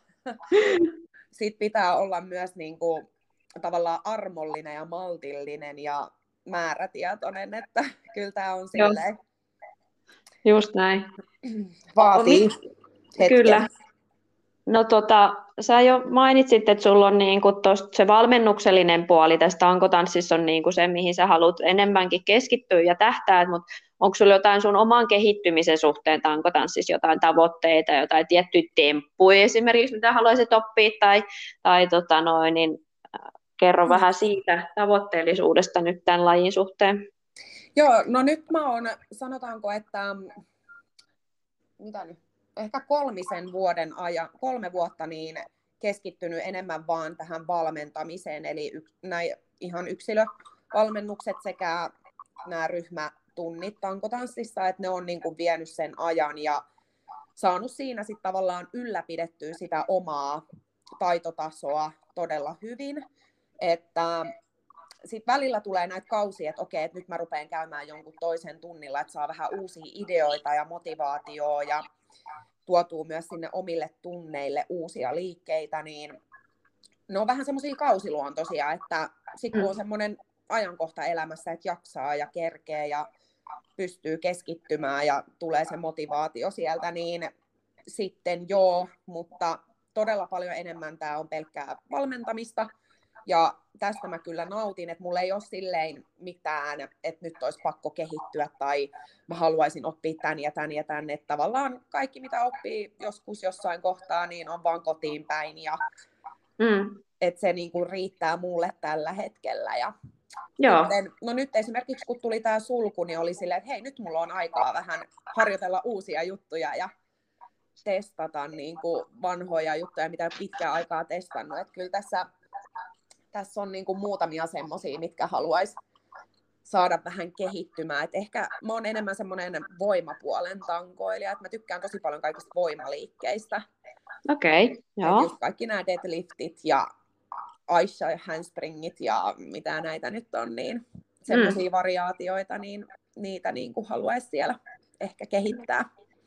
sit pitää olla myös niinku, tavallaan armollinen ja maltillinen ja määrätietoinen, että kyllä tämä on silleen. Just näin. Vaatii hetken. Kyllä. No tota, sä jo mainitsit, että sulla on niinku tosta se valmennuksellinen puoli tässä tankotanssissa on niinku se, mihin sä haluat enemmänkin keskittyä ja tähtäät, mutta onko sulla jotain sun oman kehittymisen suhteen tankotanssissa, jotain tavoitteita, jotain tiettyjä temppuja esimerkiksi, mitä haluaisit oppia, tai, tai tota noin, niin kerro mm. vähän siitä tavoitteellisuudesta nyt tämän lajin suhteen. Joo, no nyt mä oon, sanotaanko, että mitä nyt? Ehkä kolmisen vuoden ajan, kolme vuotta niin keskittynyt enemmän vaan tähän valmentamiseen, eli y- näin ihan yksilövalmennukset sekä nämä ryhmätunnit tankotanssissa, että ne on niin kuin vienyt sen ajan ja saanut siinä sitten tavallaan ylläpidettyä sitä omaa taitotasoa todella hyvin, että sitten välillä tulee näitä kausia, että okei, että nyt mä rupean käymään jonkun toisen tunnilla, että saa vähän uusia ideoita ja motivaatioa ja tuotuu myös sinne omille tunneille uusia liikkeitä, niin ne on vähän semmoisia kausiluontoisia, että sitten kun on semmoinen ajankohta elämässä, että jaksaa ja kerkee ja pystyy keskittymään ja tulee se motivaatio sieltä, niin sitten joo, mutta todella paljon enemmän tämä on pelkkää valmentamista. Ja tästä mä kyllä nautin, että mulla ei ole silleen mitään, että nyt olisi pakko kehittyä tai mä haluaisin oppia tän ja tän ja tän. Että tavallaan kaikki, mitä oppii joskus jossain kohtaa, niin on vaan kotiin päin. Ja mm. että se niin kuin riittää mulle tällä hetkellä. Ja Joo. Sitten, no nyt esimerkiksi kun tuli tämä sulku, niin oli silleen, että hei, nyt mulla on aikaa vähän harjoitella uusia juttuja ja testata niin kuin vanhoja juttuja, mitä pitkään aikaa testannut. Että kyllä tässä... Tässä on niin kuin muutamia semmoisia, mitkä haluaisi saada vähän kehittymään. Et ehkä mä oon enemmän semmoinen voimapuolen tankoilija, että mä tykkään tosi paljon kaikista voimaliikkeistä. Okei, okay, joo. Just kaikki nämä deadliftit ja Aisha handspringit ja mitä näitä nyt on, niin semmoisia mm. variaatioita, niin niitä niin kuin haluaisi siellä ehkä kehittää.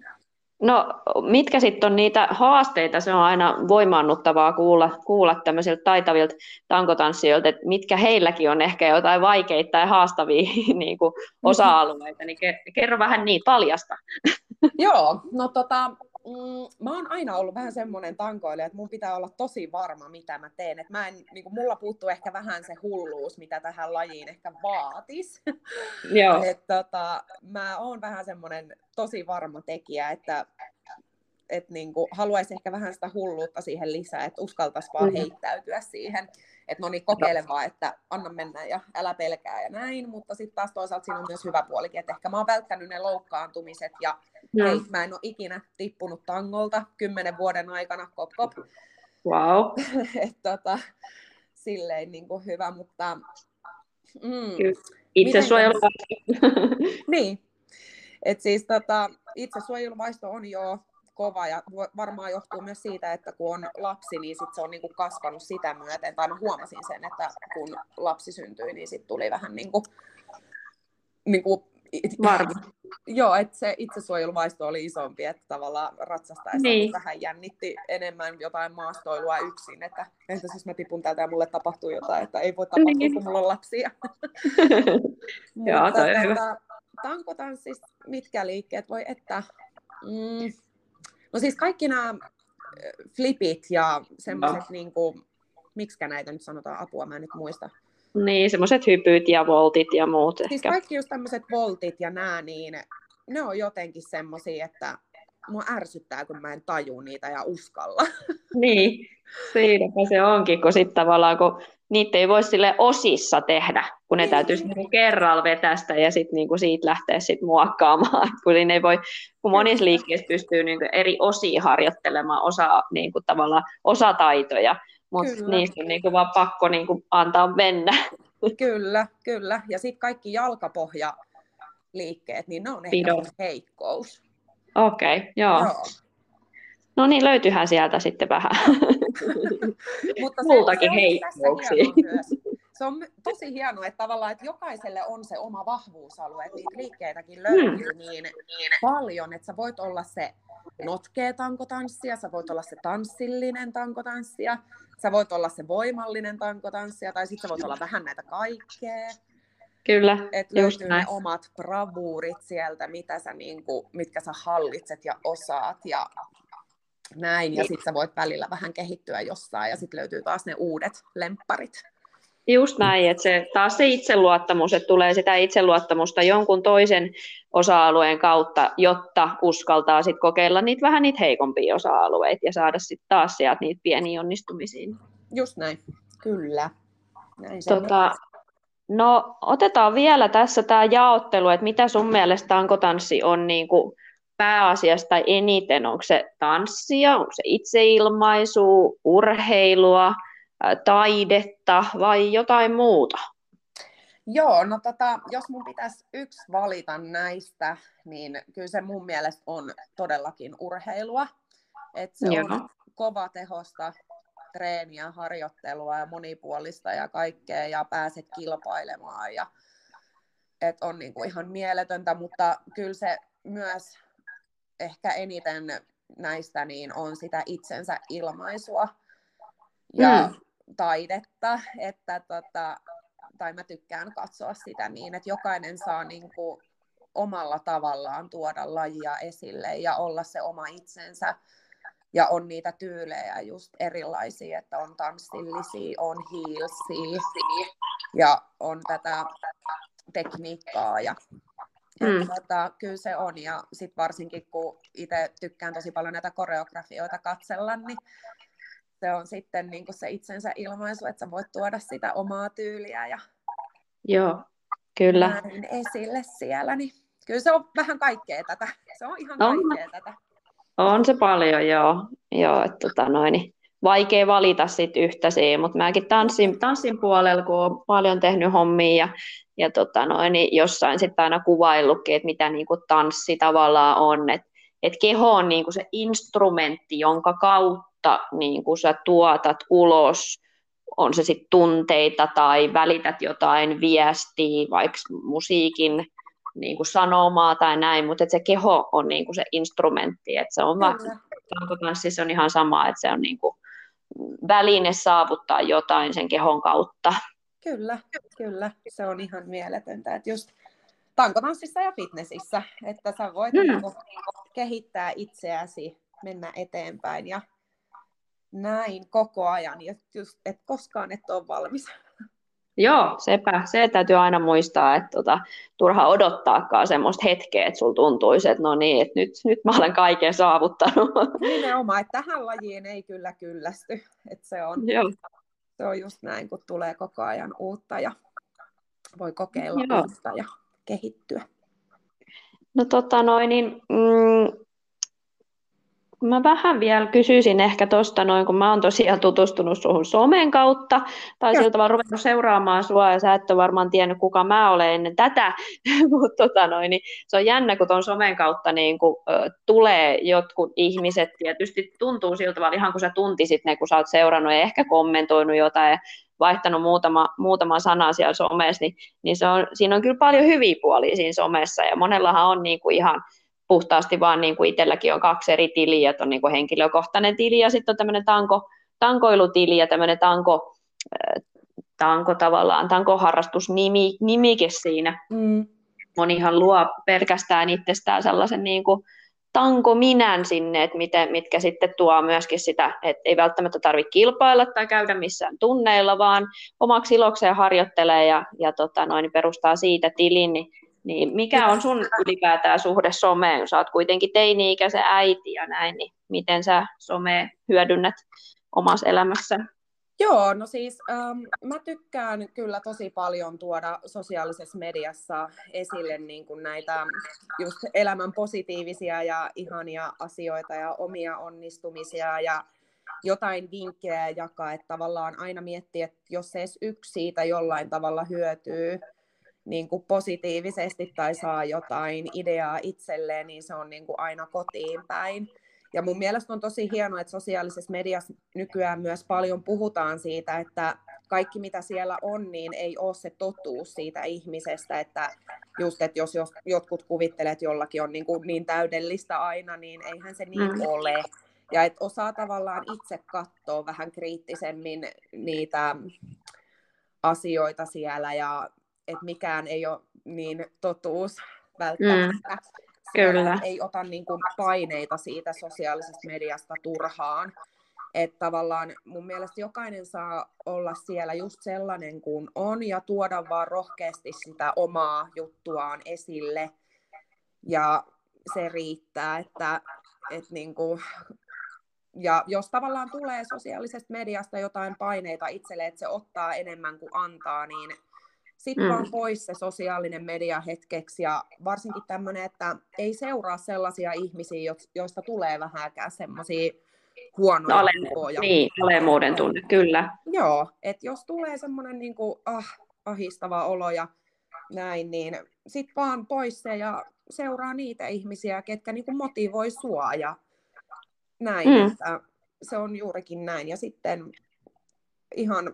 No, mitkä sitten on niitä haasteita? Se on aina voimaannuttavaa kuulla, kuulla tämmöisiltä taitavilta tankotanssijoilta, että mitkä heilläkin on ehkä jotain vaikeita tai haastavia niin kuin osa-alueita. Niin kerro vähän niitä, paljasta. Joo, no tota, mm, mä oon aina ollut vähän semmoinen tankoilija, että mun pitää olla tosi varma, mitä mä teen. Et mä en, niin kuin mulla puuttuu ehkä vähän se hulluus, mitä tähän lajiin ehkä vaatis. Joo. Et, tota, mä oon vähän semmoinen tosi varma tekijä, että et, niin kuin, haluaisi ehkä vähän sitä hulluutta siihen lisää, että uskaltaisi vaan mm. heittäytyä siihen. Että no niin, kokeile vaan, että anna mennä ja älä pelkää ja näin, mutta sitten taas toisaalta siinä on myös hyvä puolikin, että ehkä mä oon välttänyt ne loukkaantumiset ja mm. hei, mä en ole ikinä tippunut tangolta kymmenen vuoden aikana, kop kop. Wow. että tota, silleen niin kuin hyvä, mutta mm, itsesuojeluvaisto. niin, että siis tota, itsesuojeluvaisto on jo kova ja varmaan johtuu myös siitä, että kun on lapsi, niin sit se on niinku kasvanut sitä myöten. Tai mä huomasin sen, että kun lapsi syntyi, niin sit tuli vähän niinku... niinku varma. Joo, että se itsesuojeluvaisto oli isompi, että tavallaan ratsastaessa niin. vähän jännitti enemmän jotain maastoilua yksin, että entäs jos mä tipun täältä ja mulle tapahtuu jotain, että ei voi tapahtua, niin. kun mulla on lapsia. Joo, toi on hyvä. Tankotanssissa mitkä liikkeet voi, että... Mm, no siis kaikki nämä flipit ja semmoiset, no. niin kuin, miksikä näitä nyt sanotaan, apua, mä en nyt muista. Niin, semmoiset hypyt ja voltit ja muut. Siis ehkä. kaikki just tämmöiset voltit ja nää, niin ne on jotenkin semmosia, että mua ärsyttää, kun mä en taju niitä ja uskalla. Niin, siinäpä se onkin, kun sitten tavallaan, kun niitä ei voi sille osissa tehdä, kun ne niin. täytyisi niinku kerralla vetästä ja sitten niinku siitä lähteä sit muokkaamaan. Kun, ei voi, kun monissa liikkeissä pystyy niinku eri osia harjoittelemaan, osa, niinku tavallaan, osataitoja, mutta niistä on niinku vaan pakko niinku antaa mennä. Kyllä, kyllä. Ja sitten kaikki jalkapohjaliikkeet, niin ne on ehkä mun heikkous. Okei, okay, joo. joo. No niin, löytyyhän sieltä sitten vähän. Mutta multakin heikkouksia. Se on tosi hienoa, että tavallaan että jokaiselle on se oma vahvuusalue, että niitä liikkeitäkin löytyy hmm. niin, niin paljon, että sä voit olla se notkea tankotanssia, sä voit olla se tanssillinen tankotanssia, sä voit olla se voimallinen tankotanssia, tai sitten sä voit olla vähän näitä kaikkea. Kyllä, että löytyy näin. Ne omat bravuurit sieltä, mitä sä, niin kuin, mitkä sä hallitset ja osaat ja näin, ja sitten sä voit välillä vähän kehittyä jossain, ja sitten löytyy taas ne uudet lempparit. Just näin, että se, taas se itseluottamus, että tulee sitä itseluottamusta jonkun toisen osa-alueen kautta, jotta uskaltaa sitten kokeilla niitä vähän niitä heikompia osa-alueita ja saada sitten taas sieltä niitä pieniä onnistumisia. Just näin, kyllä. Näin tota, no otetaan vielä tässä tämä jaottelu, että mitä sun mielestä tankotanssi on niinku pääasiassa tai eniten, onko se tanssia, onko se itseilmaisu, urheilua, ää, taidetta vai jotain muuta? Joo, no tota, jos mun pitäisi yksi valita näistä, niin kyllä se mun mielestä on todellakin urheilua. Että se Joo. on kova tehosta treeniä, harjoittelua ja monipuolista ja kaikkea ja pääset kilpailemaan. Ja, et on niinku ihan mieletöntä, mutta kyllä se myös ehkä eniten näistä niin on sitä itsensä ilmaisua ja mm. taidetta, että tota, tai mä tykkään katsoa sitä niin, että jokainen saa niinku omalla tavallaan tuoda lajia esille ja olla se oma itsensä. Ja on niitä tyylejä just erilaisia, että on tanssillisia, on heelsia ja on tätä tekniikkaa. Ja, mm. että, tota, kyllä se on. Ja sitten varsinkin, kun itse tykkään tosi paljon näitä koreografioita katsella, niin se on sitten niin kuin se itsensä ilmaisu, että sä voit tuoda sitä omaa tyyliä ja Joo, kyllä. näin esille siellä. Niin kyllä se on vähän kaikkea tätä. Se on ihan kaikkea on. tätä. On se paljon, joo. joo että, tota noin, vaikea valita sit yhtä siihen, mutta mäkin tanssin, tanssin puolella, kun olen paljon tehnyt hommia ja, ja tota noin, jossain sitten aina kuvaillutkin, että mitä niinku tanssi tavallaan on. Että et keho on niinku se instrumentti, jonka kautta niinku sä tuotat ulos, on se sitten tunteita tai välität jotain viestiä, vaikka musiikin niin kuin sanomaa tai näin, mutta se keho on niin kuin se instrumentti, että se on tankotanssissa on ihan sama, että se on niin kuin väline saavuttaa jotain sen kehon kautta. Kyllä, kyllä, se on ihan mieletöntä, että just tankotanssissa ja fitnessissä, että sä voit hmm. niin kuin kehittää itseäsi, mennä eteenpäin ja näin koko ajan, ja just, että koskaan et ole valmis. Joo, sepä. Se täytyy aina muistaa, että tota, turha odottaakaan semmoista hetkeä, että sulla tuntuisi, että no niin, että nyt, nyt mä olen kaiken saavuttanut. Nimenomaan, että tähän lajiin ei kyllä kyllästy. Että se, on, se on just näin, kun tulee koko ajan uutta ja voi kokeilla Joo. uutta ja kehittyä. No tota noin, niin... Mm, mä vähän vielä kysyisin ehkä tuosta noin, kun mä oon tosiaan tutustunut suhun somen kautta, tai siltä vaan ruvennut seuraamaan sua, ja sä et ole varmaan tiennyt, kuka mä olen ennen tätä, mutta tota noin, niin se on jännä, kun tuon somen kautta niin kun, ö, tulee jotkut ihmiset, tietysti tuntuu siltä vaan ihan kun sä tuntisit ne, kun sä oot seurannut ja ehkä kommentoinut jotain, ja vaihtanut muutama, muutama sana siellä somessa, niin, niin se on, siinä on kyllä paljon hyviä puolia siinä somessa, ja monellahan on niin kuin ihan puhtaasti vaan niin kuin itselläkin on kaksi eri tiliä, että on niin kuin henkilökohtainen tili ja sitten on tämmöinen tanko, tankoilutili ja tämmöinen tanko, tanko tavallaan, tankoharrastusnimi, nimike siinä. Mm. Monihan luo pelkästään itsestään sellaisen niin kuin tankominän sinne, että miten, mitkä sitten tuo myöskin sitä, että ei välttämättä tarvitse kilpailla tai käydä missään tunneilla, vaan omaksi ilokseen harjoittelee ja, ja tota noin, perustaa siitä tilin, niin Niin mikä on sun ylipäätään suhde someen? Sä oot kuitenkin teini-ikäisen äiti ja näin, niin miten sä somea hyödynnät omassa elämässä? Joo, no siis ähm, mä tykkään kyllä tosi paljon tuoda sosiaalisessa mediassa esille niin kuin näitä just elämän positiivisia ja ihania asioita ja omia onnistumisia ja jotain vinkkejä jakaa, että tavallaan aina miettiä, että jos edes yksi siitä jollain tavalla hyötyy, niin kuin positiivisesti tai saa jotain ideaa itselleen, niin se on niin kuin aina kotiin päin. Ja mun mielestä on tosi hienoa, että sosiaalisessa mediassa nykyään myös paljon puhutaan siitä, että kaikki mitä siellä on, niin ei ole se totuus siitä ihmisestä, että just, että jos, jos jotkut kuvittelet, että jollakin on niin, kuin niin täydellistä aina, niin eihän se niin mm. ole. Ja että osaa tavallaan itse katsoa vähän kriittisemmin niitä asioita siellä ja että mikään ei ole niin totuus välttämättä. Mm, kyllä. Ei ota niin kuin paineita siitä sosiaalisesta mediasta turhaan. Että tavallaan mun mielestä jokainen saa olla siellä just sellainen kuin on ja tuoda vaan rohkeasti sitä omaa juttuaan esille. Ja se riittää, että, että niin kuin, ja jos tavallaan tulee sosiaalisesta mediasta jotain paineita itselle, että se ottaa enemmän kuin antaa, niin Sitten mm. vaan pois se sosiaalinen media hetkeksi ja varsinkin tämmöinen, että ei seuraa sellaisia ihmisiä, joista tulee vähäkään semmoisia huonoja Ale, kuvoja. niin, alemuuden tunne, kyllä. Joo, että jos tulee semmoinen niin kuin, ah, ahistava olo ja näin, niin sitten vaan pois se ja seuraa niitä ihmisiä, ketkä niin kuin motivoi sua ja näin, mm. että se on juurikin näin. Ja sitten ihan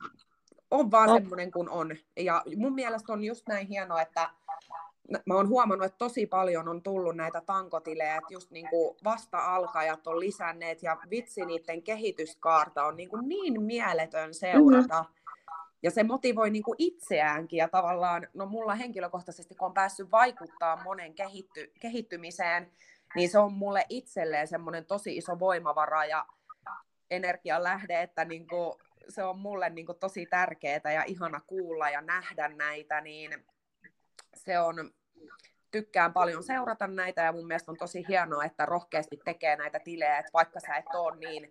on vaan oh. semmoinen kuin on. Ja mun mielestä on just näin hienoa, että mä oon huomannut, että tosi paljon on tullut näitä tankotilejä, että just niin kuin vasta-alkajat on lisänneet ja vitsi niiden kehityskaarta on niin, kuin niin mieletön seurata. Mm-hmm. Ja se motivoi niin kuin itseäänkin ja tavallaan, no mulla henkilökohtaisesti, kun on päässyt vaikuttaa monen kehitty, kehittymiseen, niin se on mulle itselleen semmoinen tosi iso voimavara ja energian lähde, että niin kuin se on mulle niin kuin tosi tärkeää ja ihana kuulla ja nähdä näitä, niin se on, tykkään paljon seurata näitä ja mun mielestä on tosi hienoa, että rohkeasti tekee näitä tilejä, että vaikka sä et ole niin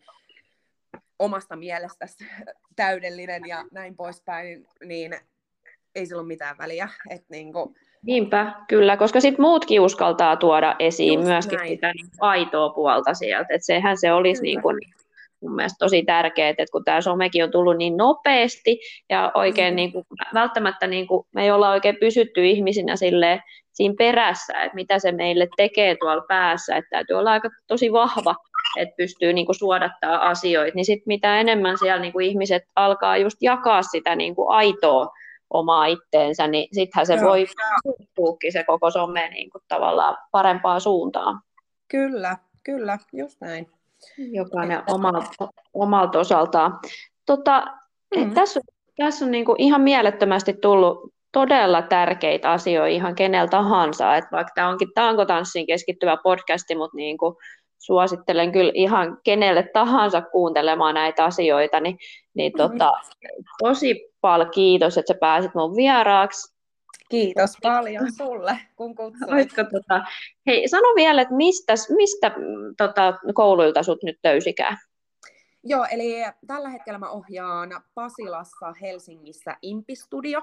omasta mielestäsi täydellinen ja näin poispäin, niin ei sillä ole mitään väliä. Että niin kuin... Niinpä, kyllä, koska sitten muutkin uskaltaa tuoda esiin just myöskin näin. Sitä niin aitoa puolta sieltä, että sehän se olisi niin kuin mun mielestä tosi tärkeää, että kun tämä somekin on tullut niin nopeasti ja oikein mm. niin kuin, välttämättä niin kuin, me ei olla oikein pysytty ihmisinä silleen, siinä perässä, että mitä se meille tekee tuolla päässä, että täytyy olla aika tosi vahva, että pystyy niin kuin suodattaa asioita, niin sitten mitä enemmän siellä niin kuin ihmiset alkaa just jakaa sitä niin kuin aitoa omaa itteensä, niin sittenhän se Joo. voi muuttuukin se koko some niin kuin tavallaan parempaan suuntaan. Kyllä, kyllä, just näin. Jokainen omalta, omalta osaltaan. Tota, mm. Tässä on, tässä on niin kuin ihan mielettömästi tullut todella tärkeitä asioita ihan kenellä tahansa. Et vaikka tämä onkin tankotanssiin keskittyvä podcasti, mutta niin kuin suosittelen kyllä ihan kenelle tahansa kuuntelemaan näitä asioita. Niin, niin mm. tota, tosi paljon kiitos, että sä pääsit mun vieraaksi. Kiitos paljon sulle, kun kutsuit. Oitko, tota, hei, sano vielä, että mistä, mistä tota, kouluilta sut nyt löysikään? Joo, eli tällä hetkellä mä ohjaan Pasilassa, Helsingissä Impi-studio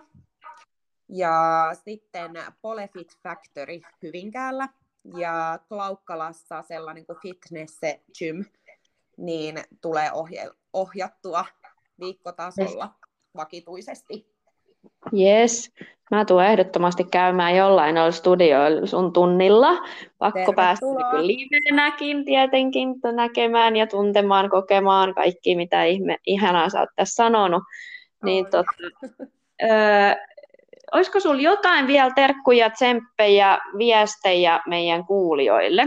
ja sitten Polefit Factory Hyvinkäällä ja Klaukkalassa sellainen kuin Fitness Gym, niin tulee ohje- ohjattua viikkotasolla vakituisesti. Jes, mä tulen ehdottomasti käymään jollain noilla studioilla sun tunnilla. Pakko päästä livenäkin tietenkin näkemään ja tuntemaan, kokemaan kaikki, mitä ihme, ihanaa sä oot tässä sanonut. Niin, tota, ö, olisiko sulla jotain vielä terkkuja, tsemppejä, viestejä meidän kuulijoille?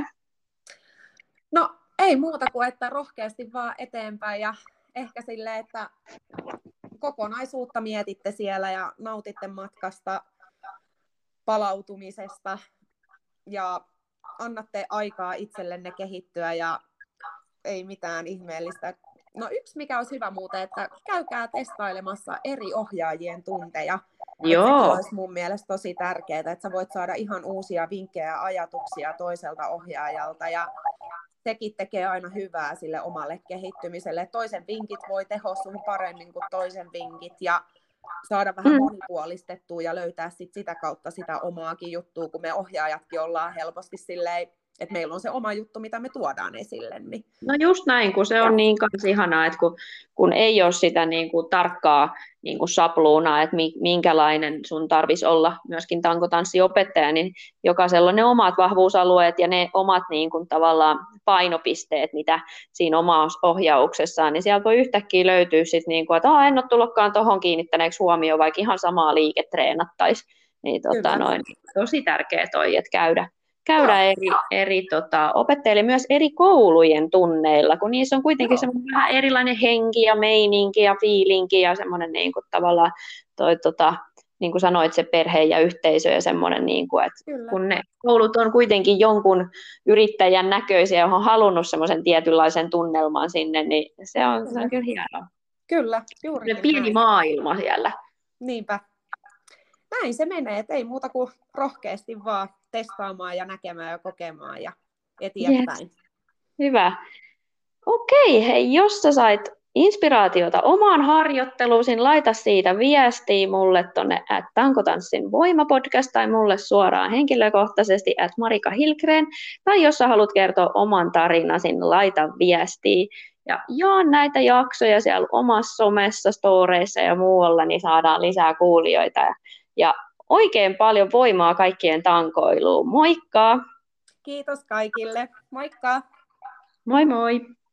No ei muuta kuin, että rohkeasti vaan eteenpäin ja ehkä silleen, että kokonaisuutta mietitte siellä ja nautitte matkasta, palautumisesta ja annatte aikaa itsellenne kehittyä ja ei mitään ihmeellistä. No yksi mikä olisi hyvä muuten, että käykää testailemassa eri ohjaajien tunteja. Joo. Se olisi mun mielestä tosi tärkeää, että sä voit saada ihan uusia vinkkejä ja ajatuksia toiselta ohjaajalta ja sekin tekee aina hyvää sille omalle kehittymiselle. Toisen vinkit voi tehoa sun paremmin kuin toisen vinkit ja saada vähän mm. monipuolistettua ja löytää sit sitä kautta sitä omaakin juttua, kun me ohjaajatkin ollaan helposti silleen, että meillä on se oma juttu, mitä me tuodaan esille. Niin. No just näin, kun se on niin kans ihanaa, että kun, kun ei ole sitä niin kuin tarkkaa niin kuin sapluunaa, että minkälainen sun tarvitsisi olla myöskin tankotanssiopettaja, niin jokaisella on ne omat vahvuusalueet ja ne omat niin kuin tavallaan painopisteet, mitä siinä omassa ohjauksessaan, niin sieltä voi yhtäkkiä löytyä sit niin kuin, että oh, en ole tullutkaan tuohon kiinnittäneeksi huomioon, vaikka ihan samaa liiketreenattaisi. Niin, tota, noin, tosi tärkeää toi, että käydä. Käydä eri, eri tota, opettajille myös eri koulujen tunneilla, kun niissä on kuitenkin semmoinen vähän erilainen henki ja meininki ja fiilinki ja semmoinen niin kuin tavallaan toi, tota, niin kuin sanoit, se perhe ja yhteisö ja semmoinen, niin kuin, että kyllä. Kun ne koulut on kuitenkin jonkun yrittäjän näköisiä, johon on halunnut semmoisen tietynlaisen tunnelman sinne, niin se on, se on kyllä hienoa. Kyllä, juurikin. Pieni näin. Maailma siellä. Niinpä. Näin se menee, että ei muuta kuin rohkeasti vaan testaamaan ja näkemään ja kokemaan ja eteenpäin. Yes. Hyvä. Okei, hei, jos sä sait inspiraatiota omaan harjoitteluusin, laita siitä viestiä mulle tuonne at Tankotanssin voimapodcast tai mulle suoraan henkilökohtaisesti at Marika Hillgren. Tai jos sä haluat kertoa oman tarinasi, niin laita viestiä. Ja jaa näitä jaksoja siellä omassa somessa, storeissa ja muualla, niin saadaan lisää kuulijoita. Ja oikein paljon voimaa kaikkien tankoiluun. Moikka! Kiitos kaikille. Moikka! Moi moi!